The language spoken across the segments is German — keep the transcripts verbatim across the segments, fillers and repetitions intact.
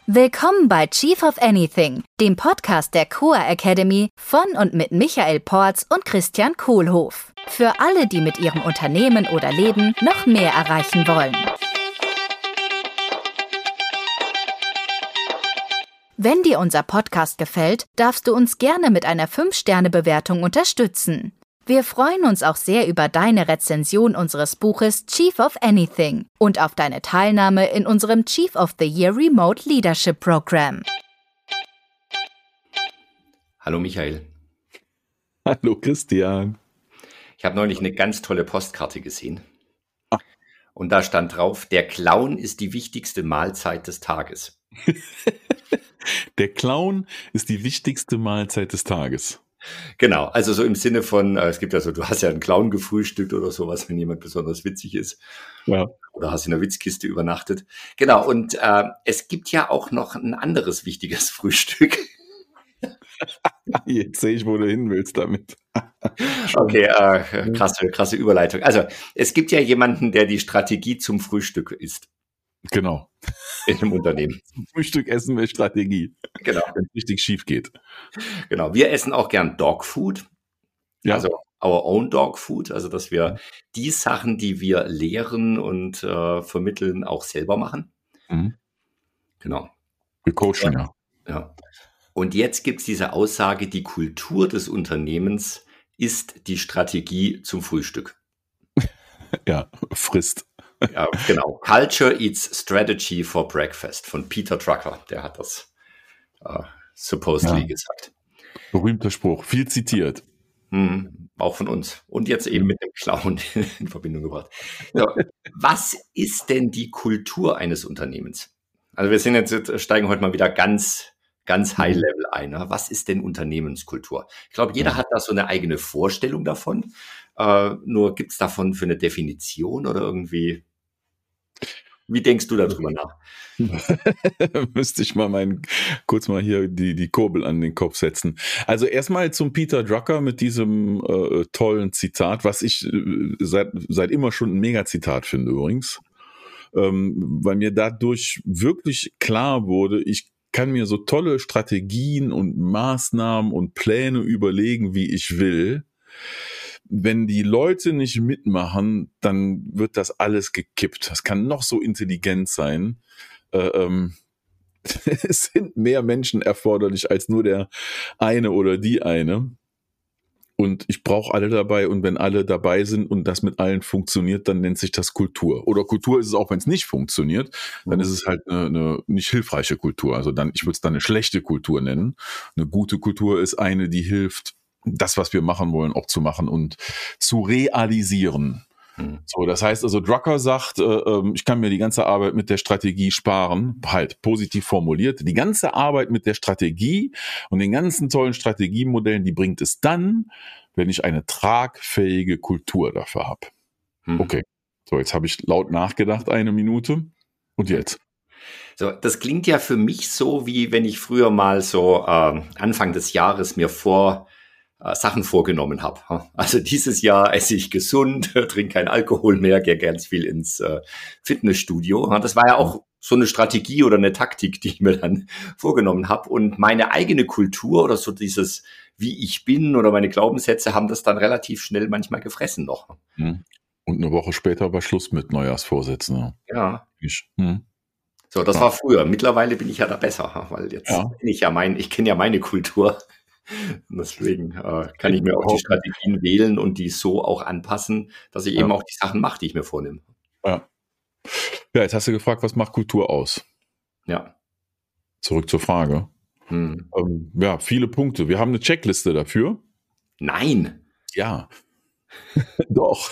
Willkommen bei Chief of Anything, dem Podcast der C O A Academy von und mit Michael Porz und Christian Kohlhoff. Für alle, die mit ihrem Unternehmen oder Leben noch mehr erreichen wollen. Wenn dir unser Podcast gefällt, darfst du uns gerne mit einer fünf Sterne Bewertung unterstützen. Wir freuen uns auch sehr über deine Rezension unseres Buches Chief of Anything und auf deine Teilnahme in unserem Chief of the Year Remote Leadership Program. Hallo Michael. Hallo Christian. Ich habe neulich eine ganz tolle Postkarte gesehen. Ah. Und da stand drauf, der Clown ist die wichtigste Mahlzeit des Tages. Der Clown ist die wichtigste Mahlzeit des Tages. Genau, also so im Sinne von, äh, es gibt ja so, du hast ja einen Clown gefrühstückt oder sowas, wenn jemand besonders witzig ist. Ja. Oder hast in der Witzkiste übernachtet. Genau, und äh, es gibt ja auch noch ein anderes wichtiges Frühstück. Jetzt sehe ich, wo du hin willst damit. Okay, äh, krasse, krasse Überleitung. Also es gibt ja jemanden, der die Strategie zum Frühstück isst. Genau. In einem Unternehmen. Frühstück essen wir Strategie. Genau. Wenn es richtig schief geht. Genau. Wir essen auch gern Dogfood. Ja. Also our own dog food. Also, dass wir die Sachen, die wir lehren und äh, vermitteln, auch selber machen. Mhm. Genau. Wir coachen, ja. Ja. Und jetzt gibt es diese Aussage, die Kultur des Unternehmens ist die Strategie zum Frühstück. Ja, frisst. Ja, genau. Culture eats strategy for breakfast von Peter Drucker. Der hat das äh, supposedly Ja. gesagt. Berühmter Spruch, viel zitiert. Mhm, auch von uns. Und jetzt eben mit dem Clown in Verbindung gebracht. So, was ist denn die Kultur eines Unternehmens? Also wir sind jetzt, steigen heute mal wieder ganz, ganz high level ein. Ne? Was ist denn Unternehmenskultur? Ich glaube, jeder Ja. hat da so eine eigene Vorstellung davon. Äh, nur gibt es davon für eine Definition oder irgendwie? Wie denkst du darüber nach? Müsste ich mal meinen, kurz mal hier die, die Kurbel an den Kopf setzen. Also erstmal zum Peter Drucker mit diesem äh, tollen Zitat, was ich äh, seit, seit immer schon ein Mega-Zitat finde übrigens, ähm, weil mir dadurch wirklich klar wurde, ich kann mir so tolle Strategien und Maßnahmen und Pläne überlegen, wie ich will. Wenn die Leute nicht mitmachen, dann wird das alles gekippt. Das kann noch so intelligent sein. Äh, ähm, es sind mehr Menschen erforderlich als nur der eine oder die eine. Und ich brauche alle dabei. Und wenn alle dabei sind und das mit allen funktioniert, dann nennt sich das Kultur. Oder Kultur ist es auch, wenn es nicht funktioniert. Dann ist es halt eine, eine nicht hilfreiche Kultur. Also dann, ich würde es dann eine schlechte Kultur nennen. Eine gute Kultur ist eine, die hilft, das, was wir machen wollen, auch zu machen und zu realisieren. Hm. So, das heißt also, Drucker sagt, äh, ich kann mir die ganze Arbeit mit der Strategie sparen, halt positiv formuliert. Die ganze Arbeit mit der Strategie und den ganzen tollen Strategiemodellen, die bringt es dann, wenn ich eine tragfähige Kultur dafür habe. Hm. Okay, so jetzt habe ich laut nachgedacht, eine Minute. Und jetzt? So, das klingt ja für mich so, wie wenn ich früher mal so äh, Anfang des Jahres mir vor äh, Sachen vorgenommen habe. Also dieses Jahr esse ich gesund, trinke keinen Alkohol mehr, gehe ganz viel ins äh, Fitnessstudio. Das war ja auch so eine Strategie oder eine Taktik, die ich mir dann vorgenommen habe. Und meine eigene Kultur oder so dieses, wie ich bin oder meine Glaubenssätze haben das dann relativ schnell manchmal gefressen noch. Hm. Und eine Woche später war Schluss mit Neujahrsvorsätzen. Ja. Ja. Ich, hm. So, das Ja. war früher. Mittlerweile bin ich ja da besser, weil jetzt Ja. bin ich ja mein, ich kenne ja meine Kultur. Und deswegen äh, kann ich mir auch die Strategien wählen und die so auch anpassen, dass ich Ja. eben auch die Sachen mache, die ich mir vornehme. Ja. Ja, jetzt hast du gefragt, was macht Kultur aus? Ja. Zurück zur Frage. Hm. Ähm, ja, viele Punkte. Wir haben eine Checkliste dafür. Nein. Ja. Doch.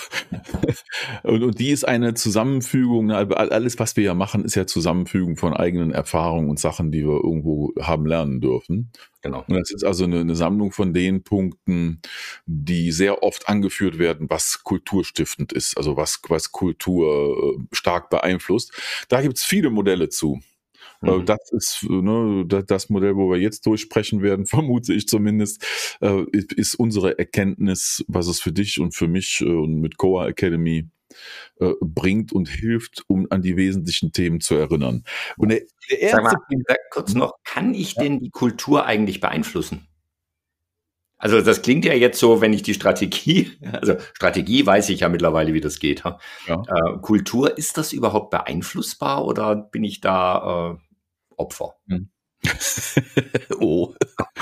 und, und die ist eine Zusammenfügung, alles, was wir ja machen, ist ja Zusammenfügung von eigenen Erfahrungen und Sachen, die wir irgendwo haben lernen dürfen. Genau. Und das ist also eine, eine Sammlung von den Punkten, die sehr oft angeführt werden, was kulturstiftend ist, also was, was Kultur stark beeinflusst. Da gibt es viele Modelle zu. Mhm. Das ist ne, das Modell, wo wir jetzt durchsprechen werden, vermute ich zumindest, ist unsere Erkenntnis, was es für dich und für mich und mit C O A Academy äh, bringt und hilft, um an die wesentlichen Themen zu erinnern. Und der, der erste Sag mal, sag kurz noch, kann ich Ja. denn die Kultur eigentlich beeinflussen? Also das klingt ja jetzt so, wenn ich die Strategie, also Strategie weiß ich ja mittlerweile, wie das geht. Ha? Ja. Äh, Kultur, ist das überhaupt beeinflussbar oder bin ich da äh, Opfer? Hm. Oh.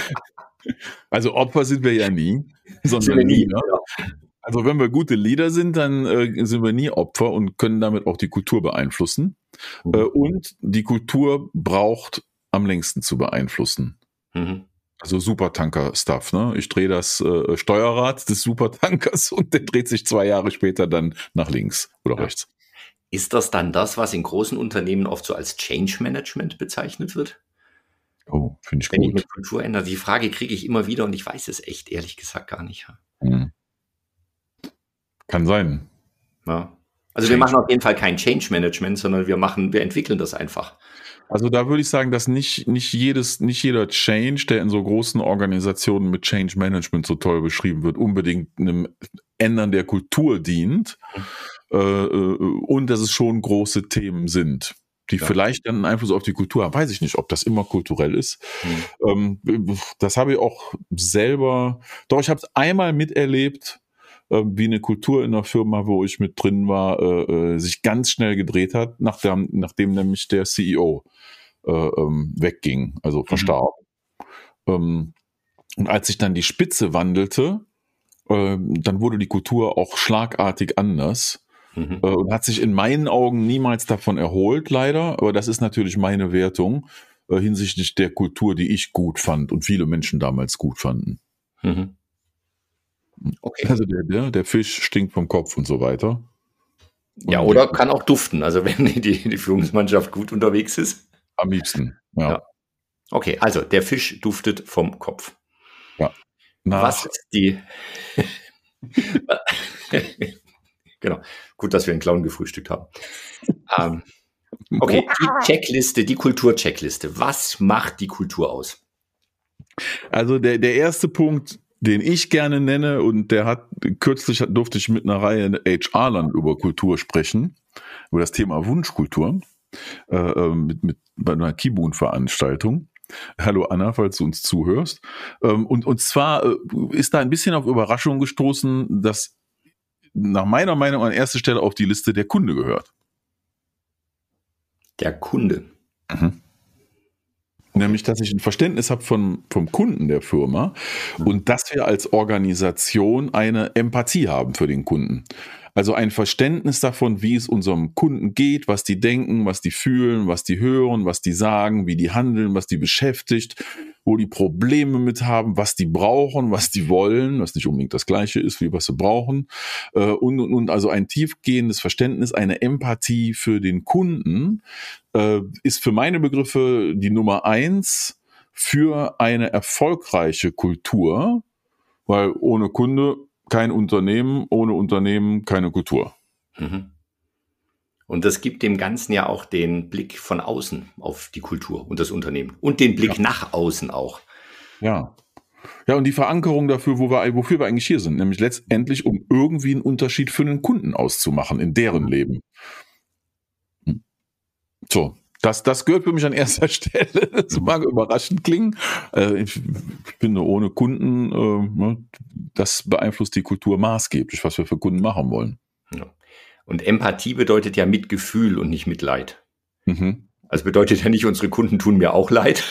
Also Opfer sind wir ja nie, sondern Sind wir nie, Leader. ja. Also wenn wir gute Leader sind, dann äh, sind wir nie Opfer und können damit auch die Kultur beeinflussen. Mhm. Äh, und die Kultur braucht am längsten zu beeinflussen. Mhm. Also Supertanker-Stuff, ne? Ich drehe das äh, Steuerrad des Supertankers und der dreht sich zwei Jahre später dann nach links oder Ja. rechts. Ist das dann das, was in großen Unternehmen oft so als Change Management bezeichnet wird? Oh, finde ich Wenn ich eine gut. Kultur ändere, die Frage kriege ich immer wieder und ich weiß es echt ehrlich gesagt gar nicht. Hm. Kann sein. Ja. Also wir Change. machen auf jeden Fall kein Change Management, sondern wir machen, wir entwickeln das einfach. Also da würde ich sagen, dass nicht, nicht jedes, nicht jeder Change, der in so großen Organisationen mit Change Management so toll beschrieben wird, unbedingt einem Ändern der Kultur dient, äh, und dass es schon große Themen sind, die Ja. vielleicht dann einen Einfluss auf die Kultur haben. Weiß ich nicht, ob das immer kulturell ist. Mhm. Ähm, das habe ich auch selber, doch ich habe es einmal miterlebt, äh, wie eine Kultur in einer Firma, wo ich mit drin war, äh, äh, sich ganz schnell gedreht hat, nachdem, nachdem nämlich der C E O äh, ähm, wegging, also verstarb. Ähm, und als sich dann die Spitze wandelte, äh, dann wurde die Kultur auch schlagartig anders. Mhm. Äh, und hat sich in meinen Augen niemals davon erholt, leider. Aber das ist natürlich meine Wertung äh, hinsichtlich der Kultur, die ich gut fand und viele Menschen damals gut fanden. Mhm. Okay. Also der, der, der Fisch stinkt vom Kopf und so weiter. Ja, Und oder kann auch duften, also wenn die, die Führungsmannschaft gut unterwegs ist. am liebsten, ja. Ja. Okay, also der Fisch duftet vom Kopf. Nach, Was ist die... Genau, gut, dass wir einen Clown gefrühstückt haben. Ähm, okay, die Checkliste, die Kultur-Checkliste. Was macht die Kultur aus? Also der, der erste Punkt, den ich gerne nenne, und der hat, kürzlich durfte ich mit einer Reihe H R-Lern über Kultur sprechen, über das Thema Wunschkultur, äh, mit, mit, bei einer Kibun-Veranstaltung. Hallo Anna, falls du uns zuhörst. Ähm, und, und zwar äh, ist da ein bisschen auf Überraschung gestoßen, dass nach meiner Meinung an erster Stelle auf die Liste der Kunde gehört. Der Kunde. Mhm. Nämlich, dass ich ein Verständnis habe von, vom Kunden der Firma und dass wir als Organisation eine Empathie haben für den Kunden. Also ein Verständnis davon, wie es unserem Kunden geht, was die denken, was die fühlen, was die hören, was die sagen, wie die handeln, was die beschäftigt, wo die Probleme mit haben, was die brauchen, was die wollen, was nicht unbedingt das Gleiche ist, wie was sie brauchen. Und, und, und also ein tiefgehendes Verständnis, eine Empathie für den Kunden ist für meine Begriffe die Nummer eins für eine erfolgreiche Kultur, weil ohne Kunde kein Unternehmen, ohne Unternehmen keine Kultur. Mhm. Und das gibt dem Ganzen ja auch den Blick von außen auf die Kultur und das Unternehmen und den Blick ja. nach außen auch. Ja. Ja, und die Verankerung dafür, wo wir, wofür wir eigentlich hier sind, nämlich letztendlich, um irgendwie einen Unterschied für den Kunden auszumachen in deren Leben. So, das, das gehört für mich an erster Stelle. Das mag überraschend klingen. Ich finde, ohne Kunden, das beeinflusst die Kultur maßgeblich, was wir für Kunden machen wollen. Ja. Und Empathie bedeutet ja Mitgefühl und nicht Mitleid. Mhm. Also bedeutet ja nicht, unsere Kunden tun mir auch leid.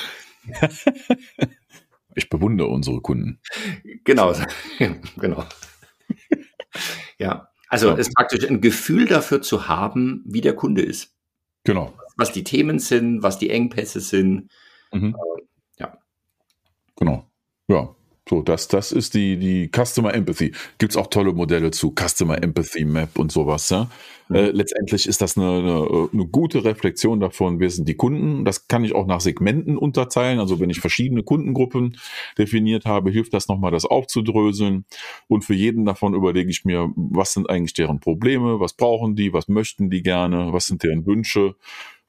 Ich bewundere unsere Kunden. Genau, genau. Ja, also ja. Es ist praktisch ein Gefühl dafür zu haben, wie der Kunde ist. Genau. Was die Themen sind, was die Engpässe sind. Mhm. Äh, ja. Genau. Ja. So, das, das ist die, die Customer Empathy. Gibt es auch tolle Modelle zu Customer Empathy Map und sowas. Ja? Mhm. Äh, letztendlich ist das eine, eine, eine gute Reflexion davon, wer sind die Kunden. Das kann ich auch nach Segmenten unterteilen. Also wenn ich verschiedene Kundengruppen definiert habe, hilft das nochmal, das aufzudröseln. Und für jeden davon überlege ich mir, was sind eigentlich deren Probleme, was brauchen die, was möchten die gerne, was sind deren Wünsche,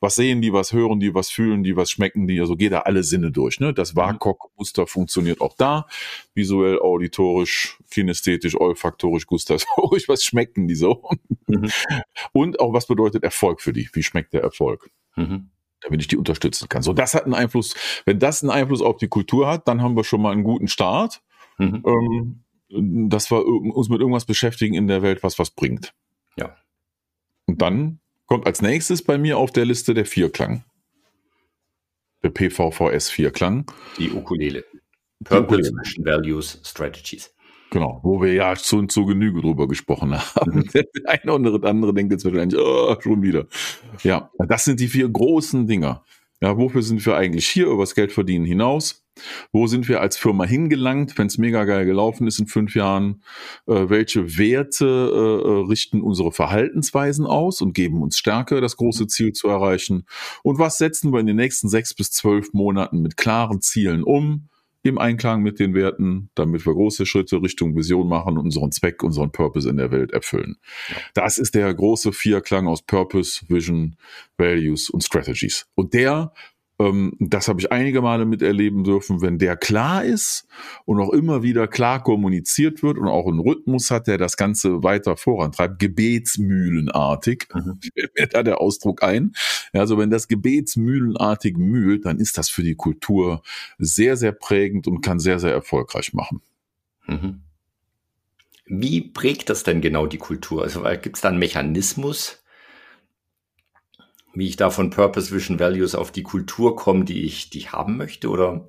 was sehen die, was hören die, was fühlen die, was schmecken die, also geht da alle Sinne durch. Ne? Das W A C O G-Muster funktioniert auch da, visuell, auditorisch, kinästhetisch, olfaktorisch, gustatorisch, was schmecken die so? Mhm. Und auch, was bedeutet Erfolg für die? Wie schmeckt der Erfolg? Mhm. Damit ich die unterstützen kann. So, das hat einen Einfluss, wenn das einen Einfluss auf die Kultur hat, dann haben wir schon mal einen guten Start, mhm. ähm, dass wir uns mit irgendwas beschäftigen in der Welt, was was bringt. Ja. Und dann kommt als nächstes bei mir auf der Liste der Vierklang. Der P V V S-Vierklang. Die Ukulele. Purpose, Mission, Values, Strategies. Genau, wo wir ja zu, zu Genüge drüber gesprochen haben. Mhm. Der eine oder andere denkt jetzt wahrscheinlich, oh, schon wieder. Ja, das sind die vier großen Dinger. Ja, wofür sind wir eigentlich hier, übers Geld verdienen hinaus? Wo sind wir als Firma hingelangt, wenn es mega geil gelaufen ist in fünf Jahren? Äh, welche Werte äh, richten unsere Verhaltensweisen aus und geben uns Stärke, das große Ziel zu erreichen? Und was setzen wir in den nächsten sechs bis zwölf Monaten mit klaren Zielen um, im Einklang mit den Werten, damit wir große Schritte Richtung Vision machen und unseren Zweck, unseren Purpose in der Welt erfüllen? Ja. Das ist der große Vierklang aus Purpose, Vision, Values und Strategies. Und der das habe ich einige Male miterleben dürfen, wenn der klar ist und auch immer wieder klar kommuniziert wird und auch einen Rhythmus hat, der das Ganze weiter vorantreibt, gebetsmühlenartig, mhm. fällt mir da der Ausdruck ein. Also wenn das gebetsmühlenartig mühlt, dann ist das für die Kultur sehr, sehr prägend und kann sehr, sehr erfolgreich machen. Mhm. Wie prägt das denn genau die Kultur? Also gibt es da einen Mechanismus, wie ich da von Purpose, Vision, Values auf die Kultur komme, die ich, die ich haben möchte, oder?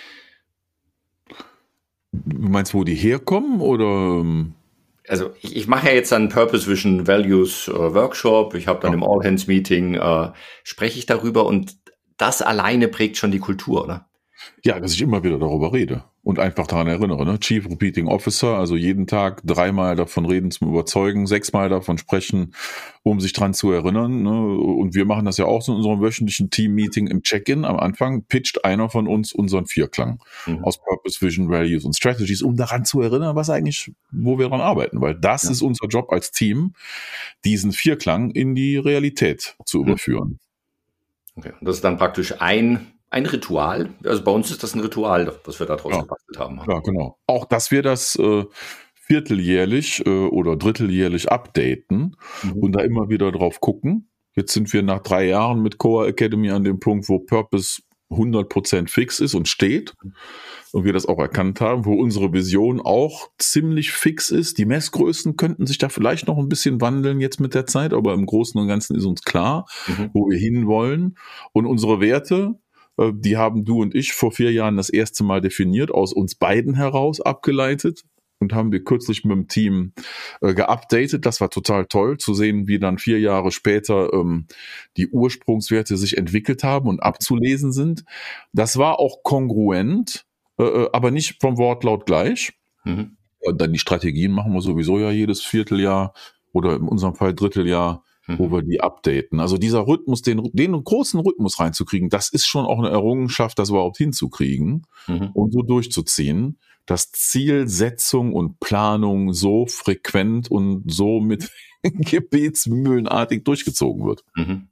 Du meinst, wo die herkommen, oder? Also ich, ich mache ja jetzt einen Purpose, Vision, Values äh, Workshop, ich habe dann ja. im All-Hands-Meeting, äh, spreche ich darüber und das alleine prägt schon die Kultur, oder? Ja, dass ich immer wieder darüber rede und einfach daran erinnere. Ne? Chief Repeating Officer, also jeden Tag dreimal davon reden zum Überzeugen, sechsmal davon sprechen, um sich dran zu erinnern. Ne? Und wir machen das ja auch so in unserem wöchentlichen Team-Meeting im Check-in. Am Anfang pitcht einer von uns unseren Vierklang mhm. aus Purpose, Vision, Values und Strategies, um daran zu erinnern, was eigentlich, wo wir dran arbeiten. Weil das ja. ist unser Job als Team, diesen Vierklang in die Realität zu mhm. überführen. Okay, und das ist dann praktisch ein Ein Ritual, also bei uns ist das ein Ritual, was wir da draus ja. gebastelt haben. Ja, genau. Auch, dass wir das äh, vierteljährlich äh, oder dritteljährlich updaten mhm. und da immer wieder drauf gucken. Jetzt sind wir nach drei Jahren mit Core Academy an dem Punkt, wo Purpose hundert Prozent fix ist und steht und wir das auch erkannt haben, wo unsere Vision auch ziemlich fix ist. Die Messgrößen könnten sich da vielleicht noch ein bisschen wandeln jetzt mit der Zeit, aber im Großen und Ganzen ist uns klar, mhm. wo wir hinwollen. Und unsere Werte, die haben du und ich vor vier Jahren das erste Mal definiert, aus uns beiden heraus abgeleitet und haben wir kürzlich mit dem Team äh, geupdatet. Das war total toll zu sehen, wie dann vier Jahre später ähm, die Ursprungswerte sich entwickelt haben und abzulesen sind. Das war auch kongruent, äh, aber nicht vom Wortlaut gleich. Mhm. Und dann die Strategien machen wir sowieso ja jedes Vierteljahr oder in unserem Fall Dritteljahr, wo wir die updaten. Also dieser Rhythmus, den, den großen Rhythmus reinzukriegen, das ist schon auch eine Errungenschaft, das überhaupt hinzukriegen mhm. und so durchzuziehen, dass Zielsetzung und Planung so frequent und so mit gebetsmühlenartig durchgezogen wird. Mhm.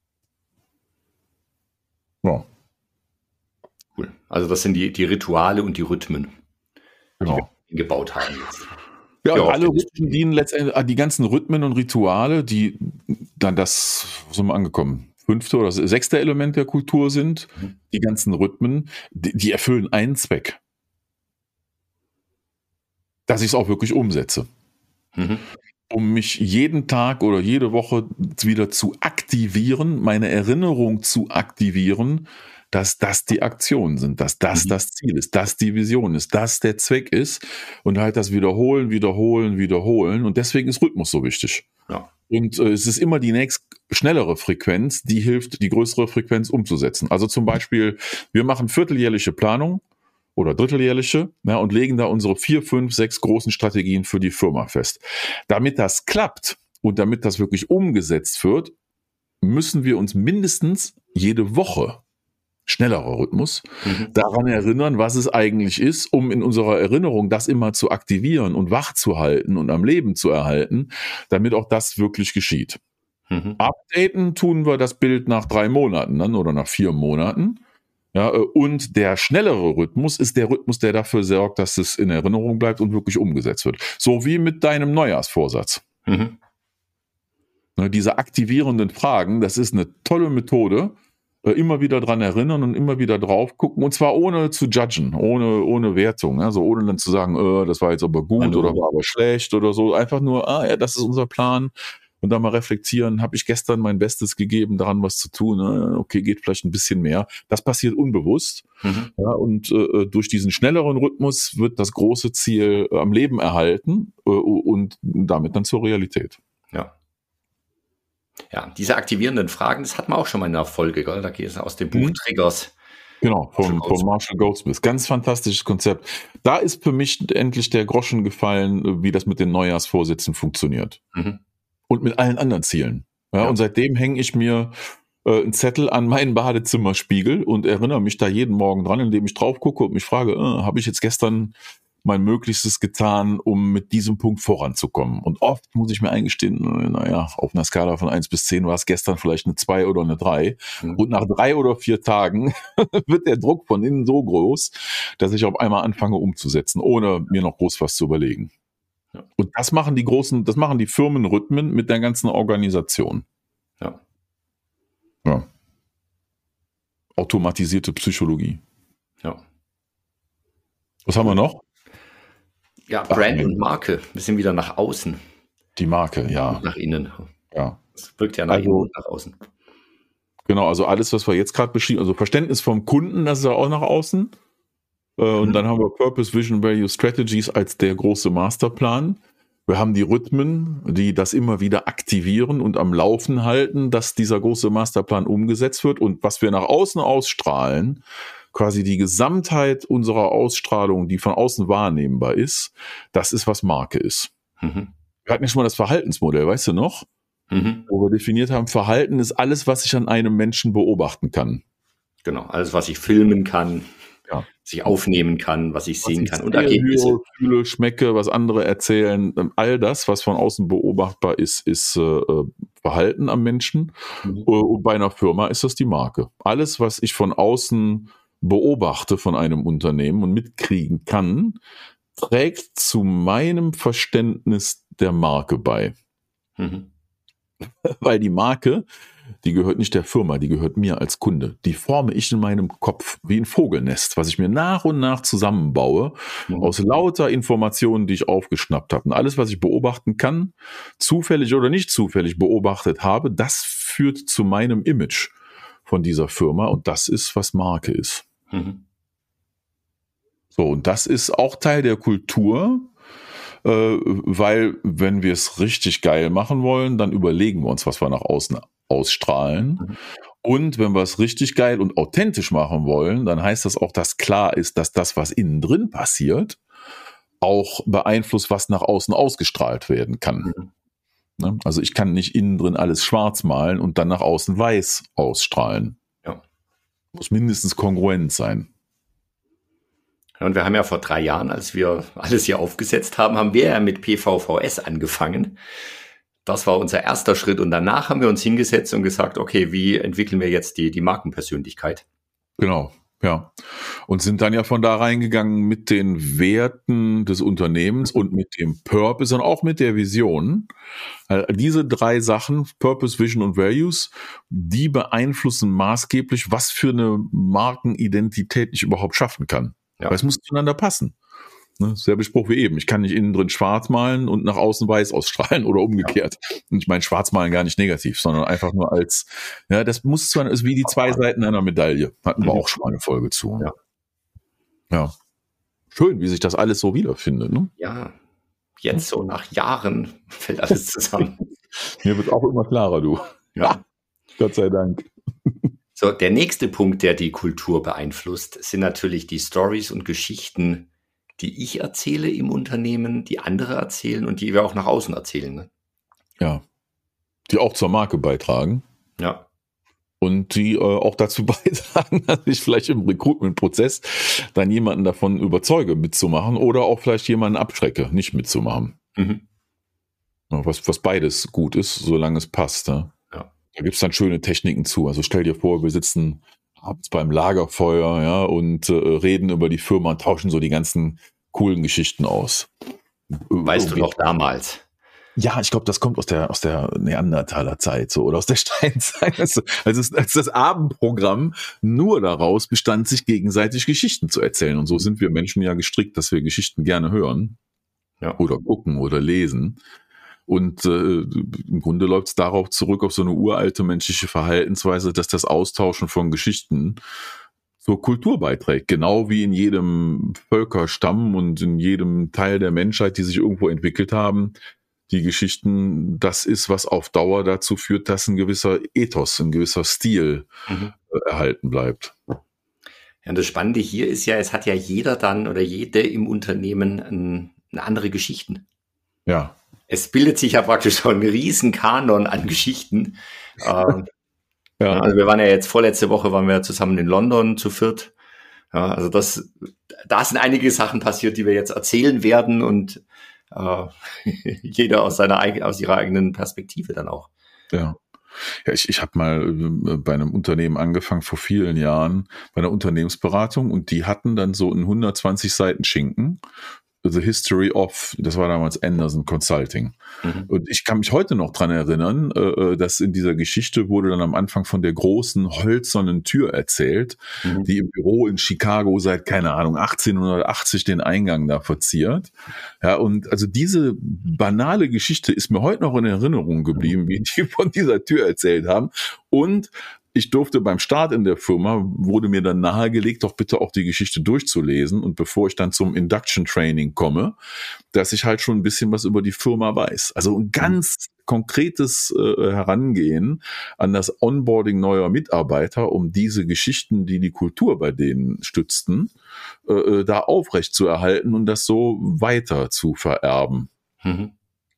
Ja. Cool. Also das sind die, die Rituale und die Rhythmen, genau. die wir gebaut haben jetzt. Ja, und alle Rhythmen dienen letztendlich, die ganzen Rhythmen und Rituale, die dann das, wo sind wir angekommen, fünfte oder sechste Element der Kultur sind, mhm. die ganzen Rhythmen, die, die erfüllen einen Zweck. Dass ich es auch wirklich umsetze. Mhm. Um mich jeden Tag oder jede Woche wieder zu aktivieren, meine Erinnerung zu aktivieren, dass das die Aktionen sind, dass das mhm. das Ziel ist, dass die Vision ist, dass der Zweck ist und halt das Wiederholen, Wiederholen, Wiederholen und deswegen ist Rhythmus so wichtig. Ja. Und äh, es ist immer die nächst schnellere Frequenz, die hilft, die größere Frequenz umzusetzen. Also zum Beispiel, wir machen vierteljährliche Planung oder dritteljährliche ja, und legen da unsere vier, fünf, sechs großen Strategien für die Firma fest. Damit das klappt und damit das wirklich umgesetzt wird, müssen wir uns mindestens jede Woche schnellerer Rhythmus, mhm. daran erinnern, was es eigentlich ist, um in unserer Erinnerung das immer zu aktivieren und wach zu halten und am Leben zu erhalten, damit auch das wirklich geschieht. Mhm. Updaten tun wir das Bild nach drei Monaten dann oder nach vier Monaten. Ja, und der schnellere Rhythmus ist der Rhythmus, der dafür sorgt, dass es in Erinnerung bleibt und wirklich umgesetzt wird. So wie mit deinem Neujahrsvorsatz. Mhm. Ne, diese aktivierenden Fragen, das ist eine tolle Methode. Äh, immer wieder dran erinnern und immer wieder drauf gucken. Und zwar ohne zu judgen, ohne, ohne Wertung. Also ohne dann zu sagen, äh, das war jetzt aber gut Hallo. oder war aber schlecht oder so. Einfach nur, ah ja, das ist unser Plan. Und dann mal reflektieren, habe ich gestern mein Bestes gegeben, daran was zu tun. Okay, geht vielleicht ein bisschen mehr. Das passiert unbewusst. Mhm. Ja, und äh, durch diesen schnelleren Rhythmus wird das große Ziel äh, am Leben erhalten äh, und damit dann zur Realität. Ja. Ja, diese aktivierenden Fragen, das hatten wir auch schon mal in der Folge, gell? Da geht es aus dem Buch Mhm. Triggers. Genau, vom, vom Marshall Goldsmith. Ganz fantastisches Konzept. Da ist für mich endlich der Groschen gefallen, wie das mit den Neujahrsvorsätzen funktioniert. Mhm. Und mit allen anderen Zielen. Ja, Ja. Und seitdem hänge ich mir äh, einen Zettel an meinen Badezimmerspiegel und erinnere mich da jeden Morgen dran, indem ich drauf gucke und mich frage, äh, habe ich jetzt gestern mein Möglichstes getan, um mit diesem Punkt voranzukommen? Und oft muss ich mir eingestehen, naja, auf einer Skala von eins bis zehn war es gestern vielleicht eine zwei oder eine drei. Mhm. Und nach drei oder vier Tagen wird der Druck von innen so groß, dass ich auf einmal anfange umzusetzen, ohne mir noch groß was zu überlegen. Ja. Und das machen die großen, das machen die Firmenrhythmen mit der ganzen Organisation. Ja. Ja. Automatisierte Psychologie. Ja. Was haben wir noch? Ja, Ach, Brand nee. und Marke. Wir sind wieder nach außen, Die Marke, ja. und nach innen. ja. Es wirkt ja nach Also- innen und nach außen. Genau, also alles, was wir jetzt gerade beschrieben, also Verständnis vom Kunden, das ist ja auch nach außen. Äh, Und Mhm. dann haben wir Purpose, Vision, Value, Strategies als der große Masterplan. Wir haben die Rhythmen, die das immer wieder aktivieren und am Laufen halten, dass dieser große Masterplan umgesetzt wird. Und was wir nach außen ausstrahlen, quasi die Gesamtheit unserer Ausstrahlung, die von außen wahrnehmbar ist, das ist, was Marke ist. Mhm. Wir hatten ja schon mal das Verhaltensmodell, weißt du noch? Mhm. Wo wir definiert haben, Verhalten ist alles, was ich an einem Menschen beobachten kann. Genau, alles, was ich filmen kann, Ja. was ich aufnehmen kann, was ich sehen Was kann ich und sehe, Ergebnisse. höre, fühle, schmecke, was andere erzählen, all das, was von außen beobachtbar ist, ist äh, Verhalten am Menschen. Mhm. Äh, Und bei einer Firma ist das die Marke. Alles, was ich von außen beobachte von einem Unternehmen und mitkriegen kann, trägt zu meinem Verständnis der Marke bei. Mhm. Weil die Marke, die gehört nicht der Firma, die gehört mir als Kunde. Die forme ich in meinem Kopf wie ein Vogelnest, was ich mir nach und nach zusammenbaue, Mhm. aus lauter Informationen, die ich aufgeschnappt habe. Und alles, was ich beobachten kann, zufällig oder nicht zufällig beobachtet habe, das führt zu meinem Image von dieser Firma. Und das ist, was Marke ist. Mhm. So, und das ist auch Teil der Kultur, äh, weil wenn wir es richtig geil machen wollen, dann überlegen wir uns, was wir nach außen ausstrahlen. Mhm. Und wenn wir es richtig geil und authentisch machen wollen, dann heißt das auch, dass klar ist, dass das, was innen drin passiert, auch beeinflusst, was nach außen ausgestrahlt werden kann. Mhm. Ne? Also ich kann nicht innen drin alles schwarz malen und dann nach außen weiß ausstrahlen. Ja. Muss mindestens kongruent sein. Und wir haben ja vor drei Jahren, als wir alles hier aufgesetzt haben, haben wir ja mit P V V S angefangen. Das war unser erster Schritt. Und danach haben wir uns hingesetzt und gesagt, okay, wie entwickeln wir jetzt die, die Markenpersönlichkeit? Genau, ja. Und sind dann ja von da reingegangen mit den Werten des Unternehmens und mit dem Purpose und auch mit der Vision. Also diese drei Sachen, Purpose, Vision und Values, die beeinflussen maßgeblich, was für eine Markenidentität ich überhaupt schaffen kann. Ja. Weil es muss zueinander passen. Ne, selbe Spruch wie eben. Ich kann nicht innen drin schwarz malen und nach außen weiß ausstrahlen oder umgekehrt. Und ich meine schwarz malen gar nicht negativ, sondern einfach nur als, ja, das muss zu, ist wie die zwei Seiten einer Medaille. Hatten wir Mhm. auch schon mal eine Folge zu. Ja. Ja. Schön, wie sich das alles so wiederfindet. Ne? Ja, jetzt so nach Jahren fällt alles zusammen. Mir wird auch immer klarer, du. Ja. Gott sei Dank. So, der nächste Punkt, der die Kultur beeinflusst, sind natürlich die Stories und Geschichten, die ich erzähle im Unternehmen, die andere erzählen und die wir auch nach außen erzählen. Ne? Ja. Die auch zur Marke beitragen. Ja. Und die äh, auch dazu beitragen, dass ich vielleicht im Recruitment-Prozess dann jemanden davon überzeuge, mitzumachen oder auch vielleicht jemanden abschrecke, nicht mitzumachen. Mhm. Ja, was, was beides gut ist, solange es passt. Ja. Da gibt's dann schöne Techniken zu. Also stell dir vor, wir sitzen abends beim Lagerfeuer, ja, und äh, reden über die Firma und tauschen so die ganzen coolen Geschichten aus. Weißt du noch damals? Ja, ich glaube, das kommt aus der aus der Neandertaler Zeit so oder aus der Steinzeit. Also, also als das Abendprogramm nur daraus bestand, sich gegenseitig Geschichten zu erzählen. Und so sind wir Menschen ja gestrickt, dass wir Geschichten gerne hören, ja, oder gucken oder lesen. Und äh, im Grunde läuft es darauf zurück, auf so eine uralte menschliche Verhaltensweise, dass das Austauschen von Geschichten zur Kultur beiträgt. Genau wie in jedem Völkerstamm und in jedem Teil der Menschheit, die sich irgendwo entwickelt haben, die Geschichten das ist, was auf Dauer dazu führt, dass ein gewisser Ethos, ein gewisser Stil mhm. äh, erhalten bleibt. Ja, und das Spannende hier ist ja, es hat ja jeder dann oder jede im Unternehmen ein, eine andere Geschichten. Ja. Es bildet sich ja praktisch schon ein riesen Kanon an Geschichten. ähm, ja. Also wir waren ja jetzt vorletzte Woche, waren wir zusammen in London zu viert. Ja, also das, da sind einige Sachen passiert, die wir jetzt erzählen werden und äh, jeder aus seiner aus ihrer eigenen Perspektive dann auch. Ja. Ja, ich, ich habe mal bei einem Unternehmen angefangen vor vielen Jahren, bei einer Unternehmensberatung, und die hatten dann so einen hundertzwanzig Seiten Schinken, The History of, das war damals Anderson Consulting. Mhm. Und ich kann mich heute noch dran erinnern, äh, dass in dieser Geschichte wurde dann am Anfang von der großen hölzernen Tür erzählt, mhm. die im Büro in Chicago seit, keine Ahnung, achtzehnhundertachtzig den Eingang da verziert. Ja, und also diese banale Geschichte ist mir heute noch in Erinnerung geblieben, wie die von dieser Tür erzählt haben. Und ich durfte beim Start in der Firma, wurde mir dann nahegelegt, doch bitte auch die Geschichte durchzulesen. Und bevor ich dann zum Induction Training komme, dass ich halt schon ein bisschen was über die Firma weiß. Also ein ganz konkretes äh, Herangehen an das Onboarding neuer Mitarbeiter, um diese Geschichten, die die Kultur bei denen stützten, äh, da aufrecht zu erhalten und das so weiter zu vererben. Mhm.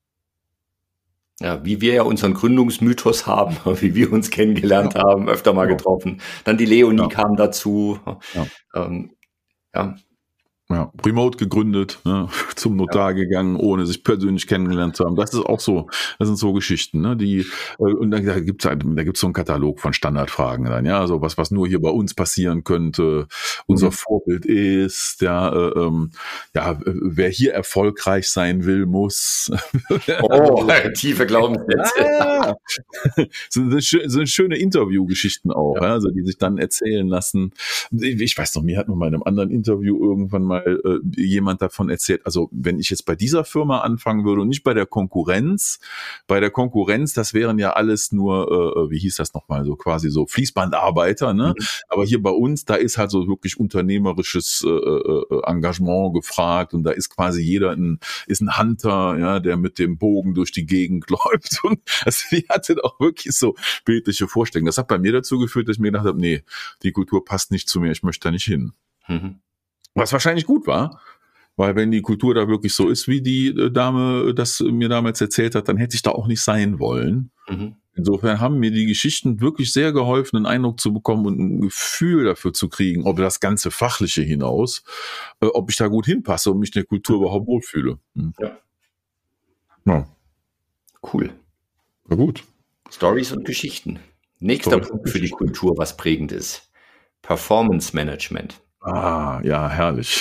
Ja, wie wir ja unseren Gründungsmythos haben, wie wir uns kennengelernt ja. haben, öfter mal ja. getroffen. Dann die Leonie ja. kam dazu. Ja. Ähm, ja. Ja, remote gegründet, ne, zum Notar ja. gegangen, ohne sich persönlich kennengelernt zu haben. Das ist auch so, das sind so Geschichten, ne, die, und dann da gibt's halt, da gibt's so einen Katalog von Standardfragen dann, ja, so was, was nur hier bei uns passieren könnte, unser mhm. Vorbild ist, ja, äh, ähm, ja, wer hier erfolgreich sein will, muss. Oh, tiefe Glaubenssätze. Ja. sind, sind schöne Interviewgeschichten auch, ja. Ja, also die sich dann erzählen lassen. Ich weiß noch, mir hat noch mal in einem anderen Interview irgendwann mal äh, jemand davon erzählt, also wenn ich jetzt bei dieser Firma anfangen würde und nicht bei der Konkurrenz, bei der Konkurrenz, das wären ja alles nur, äh, wie hieß das nochmal, so quasi so Fließbandarbeiter, ne? Mhm. Aber hier bei uns, da ist halt so wirklich unternehmerisches äh, äh, Engagement gefragt und da ist quasi jeder ein, ist ein Hunter, ja, der mit dem Bogen durch die Gegend läuft und also die hatte auch wirklich so bildliche Vorstellungen. Das hat bei mir dazu geführt, dass ich mir gedacht habe, nee, die Kultur passt nicht zu mir, ich möchte da nicht hin. Mhm. Was wahrscheinlich gut war, weil wenn die Kultur da wirklich so ist, wie die Dame das mir damals erzählt hat, dann hätte ich da auch nicht sein wollen. Mhm. Insofern haben mir die Geschichten wirklich sehr geholfen, einen Eindruck zu bekommen und ein Gefühl dafür zu kriegen, ob das ganze Fachliche hinaus, äh, ob ich da gut hinpasse und mich in der Kultur überhaupt wohlfühle. Mhm. Ja. Ja. Cool. Na gut. Stories und Geschichten. Nächster Stories Punkt für die Kultur, was prägend ist. Performance Management. Ah, ja, herrlich.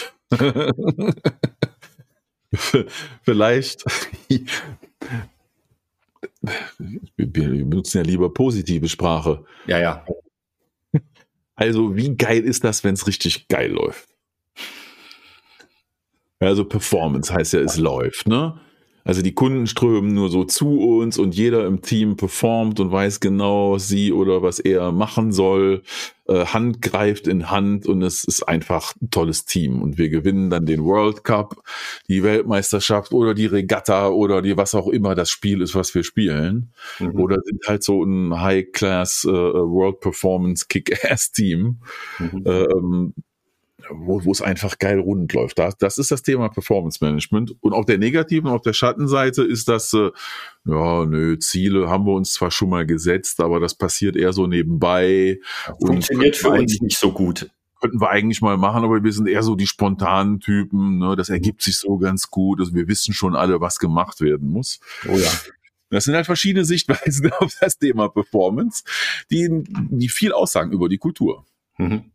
Vielleicht, wir benutzen ja lieber positive Sprache. Ja, ja. Also, wie geil ist das, wenn es richtig geil läuft? Also, Performance heißt ja, es läuft, ne? Also die Kunden strömen nur so zu uns und jeder im Team performt und weiß genau, was sie oder was er machen soll. Äh, Hand greift in Hand und es ist einfach ein tolles Team. Und wir gewinnen dann den World Cup, die Weltmeisterschaft oder die Regatta oder die was auch immer das Spiel ist, was wir spielen. Mhm. Oder sind halt so ein High-Class äh, World Performance Kick-Ass-Team. Mhm. Ähm, Wo, wo es einfach geil rund läuft. Das, das ist das Thema Performance Management. Und auf der negativen, auf der Schattenseite ist das, äh, ja, nö, Ziele haben wir uns zwar schon mal gesetzt, aber das passiert eher so nebenbei. Funktioniert für uns nicht so gut. Könnten wir eigentlich mal machen, aber wir sind eher so die spontanen Typen. Ne? Das ergibt sich so ganz gut. Also wir wissen schon alle, was gemacht werden muss. Oh ja. Das sind halt verschiedene Sichtweisen auf das Thema Performance, die, die viel aussagen über die Kultur. Mhm.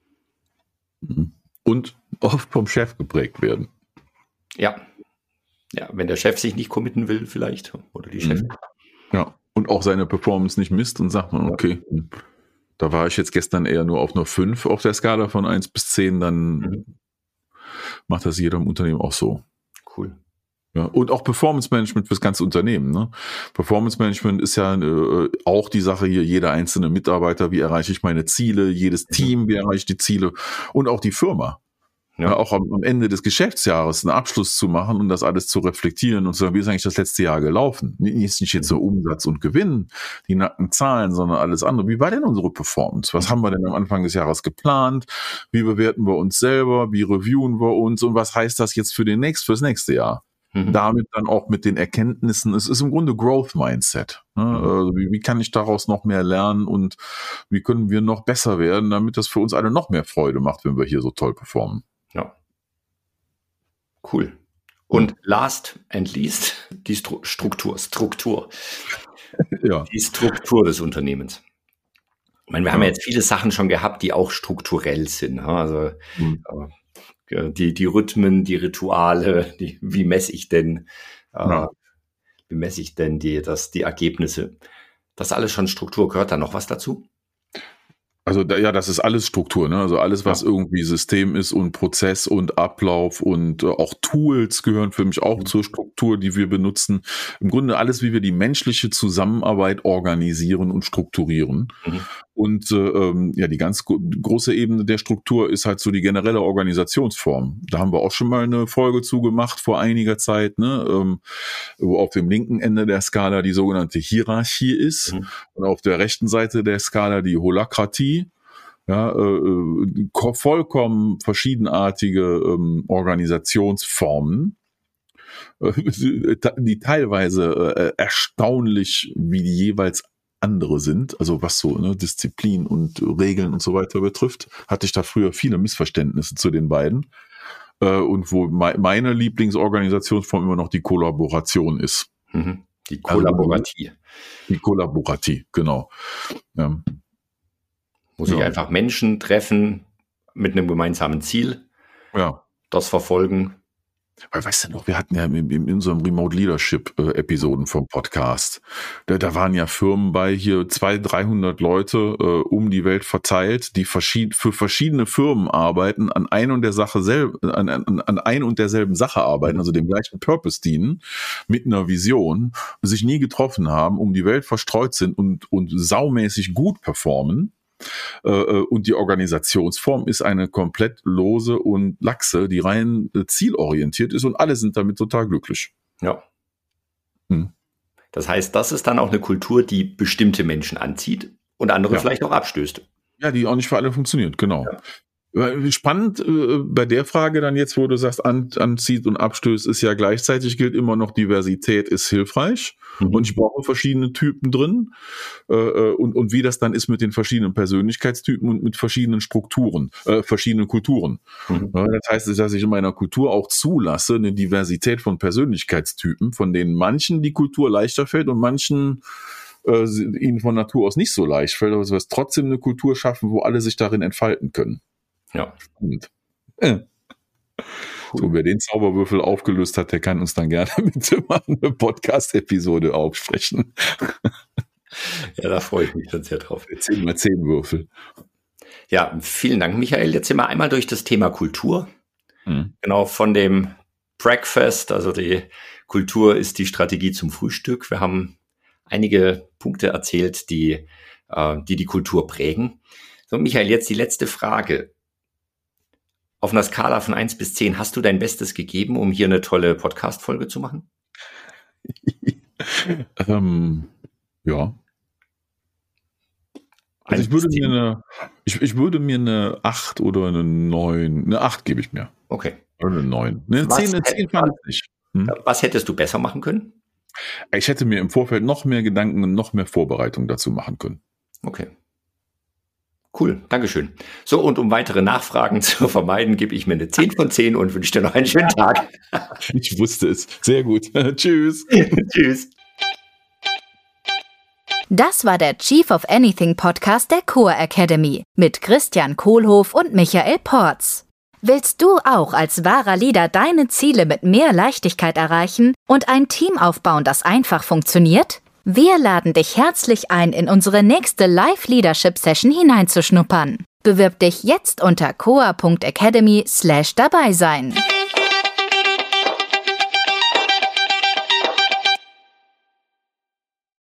Und oft vom Chef geprägt werden. Ja. Ja, wenn der Chef sich nicht committen will, vielleicht. Oder die Chefin. Ja, und auch seine Performance nicht misst und sagt man, okay, da war ich jetzt gestern eher nur auf einer fünf auf der Skala von eins bis zehn, dann mhm. macht das jeder im Unternehmen auch so. Cool. Ja, und auch Performance Management fürs ganze Unternehmen. Ne? Performance Management ist ja äh, auch die Sache hier, jeder einzelne Mitarbeiter, wie erreiche ich meine Ziele, jedes Team, wie erreiche ich die Ziele und auch die Firma. Ja. Ja, auch am, am Ende des Geschäftsjahres einen Abschluss zu machen und das alles zu reflektieren und zu sagen, wie ist eigentlich das letzte Jahr gelaufen? Nicht, nicht jetzt so Umsatz und Gewinn, die nackten Zahlen, sondern alles andere. Wie war denn unsere Performance? Was haben wir denn am Anfang des Jahres geplant? Wie bewerten wir uns selber? Wie reviewen wir uns? Und was heißt das jetzt für den nächsten, fürs nächste Jahr? Mhm. Damit dann auch mit den Erkenntnissen. Es ist im Grunde Growth Mindset. Ne? Mhm. Also wie, wie kann ich daraus noch mehr lernen und wie können wir noch besser werden, damit das für uns alle noch mehr Freude macht, wenn wir hier so toll performen? Ja. Cool. Und last and least die Stru- Struktur. Struktur. Ja. Die Struktur des Unternehmens. Ich meine, wir ja. haben ja jetzt viele Sachen schon gehabt, die auch strukturell sind. Also mhm. die, die Rhythmen, die Rituale, die, wie messe ich denn, ja. äh, wie messe ich denn die, das, die Ergebnisse? Das alles schon Struktur. Gehört da noch was dazu? Also da, ja, das ist alles Struktur, ne? Also alles, was ja. irgendwie System ist und Prozess und Ablauf und äh, auch Tools gehören für mich auch mhm. zur Struktur, die wir benutzen. Im Grunde alles, wie wir die menschliche Zusammenarbeit organisieren und strukturieren. Mhm. Und äh, ja, die ganz go- große Ebene der Struktur ist halt so die generelle Organisationsform. Da haben wir auch schon mal eine Folge zu gemacht vor einiger Zeit, ne? Ähm, wo auf dem linken Ende der Skala die sogenannte Hierarchie ist mhm. und auf der rechten Seite der Skala die Holakratie. Ja, äh, vollkommen verschiedenartige ähm, Organisationsformen, äh, die teilweise äh, erstaunlich wie die jeweils andere sind, also was so ne, Disziplin und Regeln und so weiter betrifft, hatte ich da früher viele Missverständnisse zu den beiden. Äh, und wo me- meine Lieblingsorganisationsform immer noch die Kollaboration ist. Mhm. Die Kollaboratie. Also, die Kollaboratie, genau. Ja. Muss ich ja. einfach Menschen treffen mit einem gemeinsamen Ziel, ja. das verfolgen. Weil, weißt du noch, wir hatten ja in, in unserem Remote Leadership äh, Episoden vom Podcast, da, da waren ja Firmen bei, hier zweihundert, dreihundert Leute äh, um die Welt verteilt, die verschied- für verschiedene Firmen arbeiten, an ein und der Sache selb- an, an, an ein und derselben Sache arbeiten, also dem gleichen Purpose dienen, mit einer Vision, sich nie getroffen haben, um die Welt verstreut sind und, und saumäßig gut performen. Und die Organisationsform ist eine komplett lose und laxe, die rein zielorientiert ist und alle sind damit total glücklich. Ja. Hm. Das heißt, das ist dann auch eine Kultur, die bestimmte Menschen anzieht und andere ja. vielleicht auch abstößt. Ja, die auch nicht für alle funktioniert, genau. Ja. Spannend äh, bei der Frage dann jetzt, wo du sagst, an, anzieht und abstößt, ist ja gleichzeitig gilt immer noch, Diversität ist hilfreich mhm. und ich brauche verschiedene Typen drin äh, und, und wie das dann ist mit den verschiedenen Persönlichkeitstypen und mit verschiedenen Strukturen, äh, verschiedenen Kulturen. Mhm. Ja, das heißt, dass ich in meiner Kultur auch zulasse, eine Diversität von Persönlichkeitstypen, von denen manchen die Kultur leichter fällt und manchen äh, ihnen von Natur aus nicht so leicht fällt, aber dass wir trotzdem eine Kultur schaffen, wo alle sich darin entfalten können. Ja. Spannend. Ja. Cool. So, wer den Zauberwürfel aufgelöst hat, der kann uns dann gerne mit mal eine Podcast-Episode aufsprechen. Ja, da freue ich mich dann sehr drauf. zehn mal zehn Würfel. Ja, vielen Dank, Michael. Jetzt sind wir einmal durch das Thema Kultur. Mhm. Genau, von dem Breakfast, also die Kultur ist die Strategie zum Frühstück. Wir haben einige Punkte erzählt, die äh, die, die Kultur prägen. So, Michael, jetzt die letzte Frage. Auf einer Skala von eins bis zehn, hast du dein Bestes gegeben, um hier eine tolle Podcast-Folge zu machen? ähm, ja. Also ich würde, mir eine, ich, ich würde mir eine acht oder eine neun, eine acht gebe ich mir. Okay. Oder eine neun. Eine zehn, eine zehn fand ich nicht. Hm? Was hättest du besser machen können? Ich hätte mir im Vorfeld noch mehr Gedanken und noch mehr Vorbereitung dazu machen können. Okay. Cool, Dankeschön. So, und um weitere Nachfragen zu vermeiden, gebe ich mir eine zehn von zehn und wünsche dir noch einen schönen Tag. Ich wusste es. Sehr gut. Tschüss. Tschüss. Das war der Chief of Anything Podcast der Core Academy mit Christian Kohlhoff und Michael Porz. Willst du auch als wahrer Leader deine Ziele mit mehr Leichtigkeit erreichen und ein Team aufbauen, das einfach funktioniert? Wir laden dich herzlich ein, in unsere nächste Live-Leadership-Session hineinzuschnuppern. Bewirb dich jetzt unter coa punkt academy slash dabei sein.